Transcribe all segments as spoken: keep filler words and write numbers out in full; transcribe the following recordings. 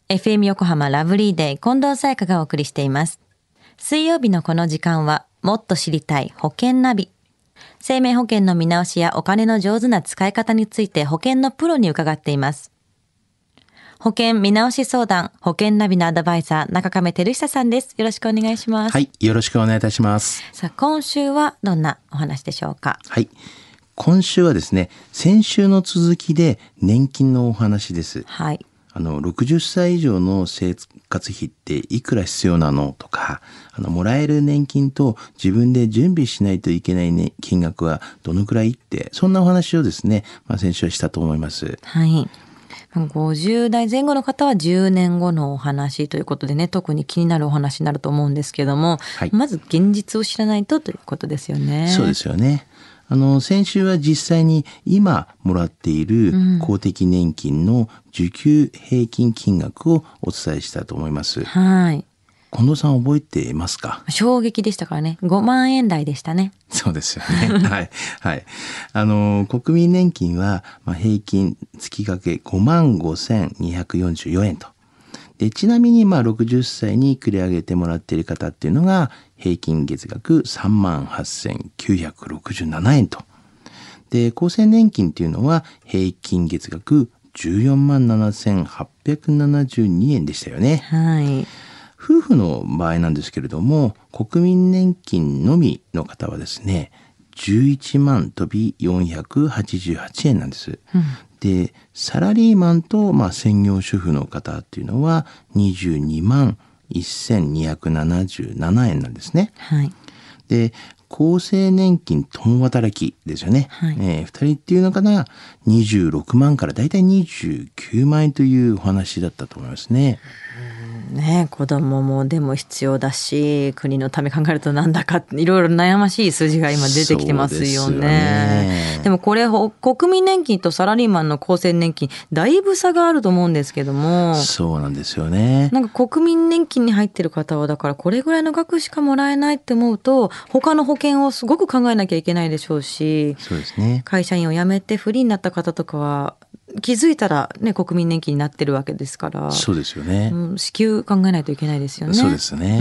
エフエム 横浜ラブリーデイ近藤沙耶香がお送りしています。水曜日のこの時間はもっと知りたい保険ナビ。生命保険の見直しやお金の上手な使い方について保険のプロに伺っています。保険見直し相談保険ナビのアドバイザー中亀照久さんです。よろしくお願いします。 はい、よろしくお願いいたします。 さあ今週はどんなお話でしょうか。 はい、今週はですね、先週の続きで年金のお話です。 はい。 あのろくじゅっさい以上の生活費っていくら必要なのとか、あのもらえる年金と自分で準備しないといけない、ね、金額はどのくらいって、そんなお話をですね、まあ、先週はしたと思います。 はい。ごじゅう代前後の方はじゅうねんごのお話ということでね、特に気になるお話になると思うんですけども、はい、まず現実を知らないとということですよね。 そうですよね。あの先週は実際に今もらっている公的年金の受給平均金額をお伝えしたと思います。 うん、はい。 近藤さん覚えていますか？ 衝撃でしたからね。ごまんえん台でしたね。 そうですよね。はいはい。あの国民年金は、まあ、平均月掛けごまんごせんにひゃくよんじゅうよんえんと。でちなみにまあろくじゅっさいに繰り上げてもらっている方っていうのが平均月額さんまんはっせんきゅうひゃくろくじゅうななえんと。で厚生年金っていうのは平均月額じゅうよんまんななせんはっぴゃくななじゅうにえんでしたよね。 はい。 夫婦の場合なんですけれども、国民年金のみの方はですね、じゅういちまん飛びよんひゃくはちじゅうはちえんなんです。うん、でサラリーマンと、まあ、専業主婦の方っていうのはにじゅうにまんせんにひゃくななじゅうななえんなんですね。 はい。 で厚生年金共働きですよね。はい。えー、ふたりっていうのかな、にじゅうろくまんからだいたいにじゅうきゅうまんえんというお話だったと思いますね。 ね、子供もでも必要だし、国のため考えるとなんだかいろいろ悩ましい数字が今出てきてますよね。 で, ねでもこれ国民年金とサラリーマンの厚生年金だいぶ差があると思うんですけども。 そうなんですよね。 なんか国民年金に入ってる方はだからこれぐらいの額しかもらえないって思うと他の保険をすごく考えなきゃいけないでしょうし。 そうですね。 会社員を辞めてフリーになった方とかは気づいたらね国民年金になってるわけですから。 そうですよね。 うん、支給考えないといけないですよね。 そうですね。うん、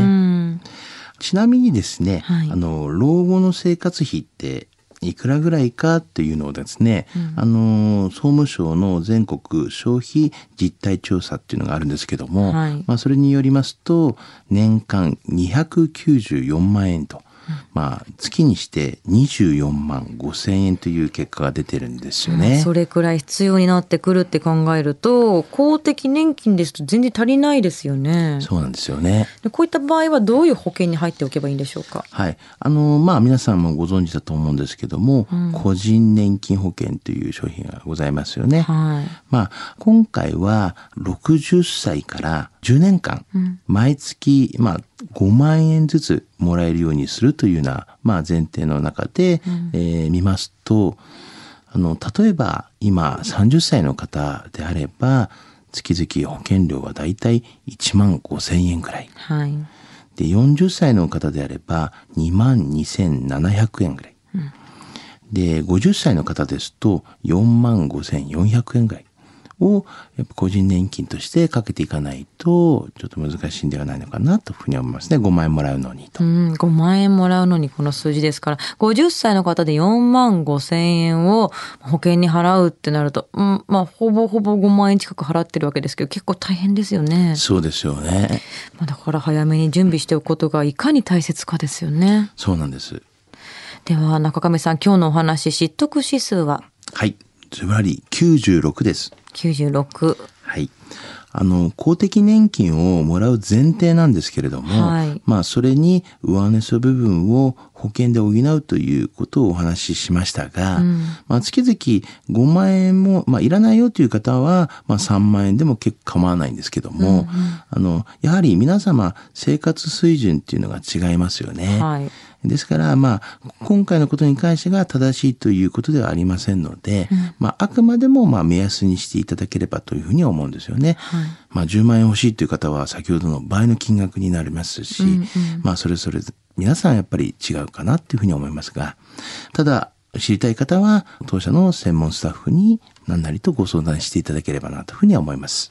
ちなみにですね、はい、あの老後の生活費っていくらぐらいかっていうのをですね、うん、あの総務省の全国消費実態調査っていうのがあるんですけども、はい、まあ、それによりますと年間にひゃくきゅうじゅうよんまんえんと。まあ、月にしてにじゅうよんまんごせんえんという結果が出てるんですよね。 うん、それくらい必要になってくるって考えると公的年金ですと全然足りないですよね。 そうなんですよね。 でこういった場合はどういう保険に入っておけばいいんでしょうか。 はい、あのまあ皆さんもご存知だと思うんですけども、うん、個人年金保険という商品がございますよね。はい、まあ、今回はろくじゅっさいからじゅうねんかん、うん、毎月、まあ、ごまんえんずつもらえるようにするというような、まあ、前提の中で、うん、えー、見ますと、あの例えば今さんじゅっさいの方であれば月々保険料はだいたいいちまんごせんえんぐらい、はい、でよんじゅっさいの方であればにまんにせんななひゃくえんぐらい、うん、でごじゅっさいの方ですとよんまんごせんよんひゃくえんぐらいをやっぱ個人年金としてかけていかないとちょっと難しいんではないのかなというふうに思いますね。ごまんえんもらうのにと。 うん、ごまんえんもらうのにこの数字ですからごじゅっさいの方でよんまんごせんえんを保険に払うってなると、うん、まあほぼほぼごまんえん近く払ってるわけですけど結構大変ですよね。 そうですよね。 まあ、だから早めに準備しておくことがいかに大切かですよね。 そうなんです。 では中亀さん今日のお話知得指数は。 はい、ズバリきゅうじゅうろくです。 きゅうじゅうろく。 はい。あの公的年金をもらう前提なんですけれども、はい、まあそれに上乗せ部分を保険で補うということをお話ししましたが、うん、まあ、月々ごまんえんも、まあ、いらないよという方は、まあ、さんまんえんでも結構構わないんですけども、うんうん、あのやはり皆様生活水準っていうのが違いますよね。はい、ですから、まあ、今回のことに関してが正しいということではありませんので、うん、まあ、あくまでもまあ目安にしていただければというふうに思うんですよね。はい、まあ、じゅうまんえん欲しいという方は先ほどの倍の金額になりますし、うんうん、まあ、それぞれ皆さんやっぱり違うかなというふうに思いますが、ただ知りたい方は当社の専門スタッフに何なりとご相談していただければなというふうに思います。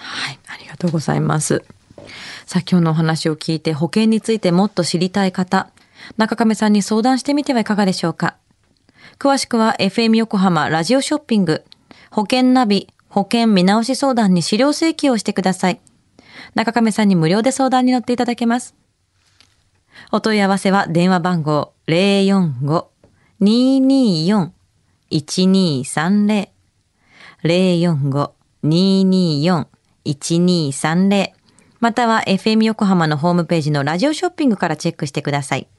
はい、ありがとうございます。さあ、今日のお話を聞いて保険についてもっと知りたい方、中亀さんに相談してみてはいかがでしょうか。詳しくは エフエム 横浜ラジオショッピング保険ナビ保険見直し相談に資料請求をしてください。中亀さんに無料で相談に乗っていただけます。お問い合わせは電話番号 ゼロよんご にーにーよん いちにーさんゼロ ゼロよんご にーにーよん いちにーさんゼロまたは エフエム 横浜のホームページのラジオショッピングからチェックしてください。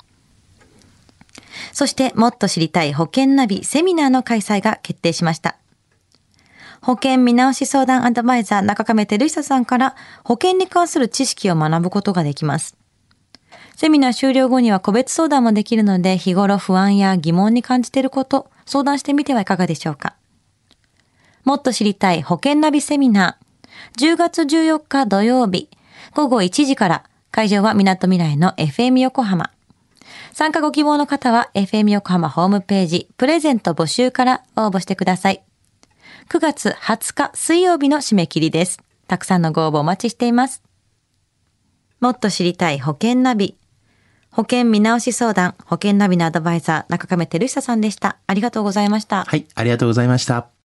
そしてもっと知りたい保険ナビセミナーの開催が決定しました。保険見直し相談アドバイザー中亀照久さんから保険に関する知識を学ぶことができます。セミナー終了後には個別相談もできるので日頃不安や疑問に感じていること相談してみてはいかがでしょうか。もっと知りたい保険ナビセミナーじゅうがつじゅうよっか土曜日ごごいちじから会場はみなとみらいの エフエム 横浜。参加ご希望の方は エフエム 横浜ホームページプレゼント募集から応募してください。くがつはつか水曜日の締め切りです。たくさんのご応募お待ちしています。もっと知りたい保険ナビ保険見直し相談保険ナビのアドバイザー中亀照久さんでした。ありがとうございました。 はい、ありがとうございました。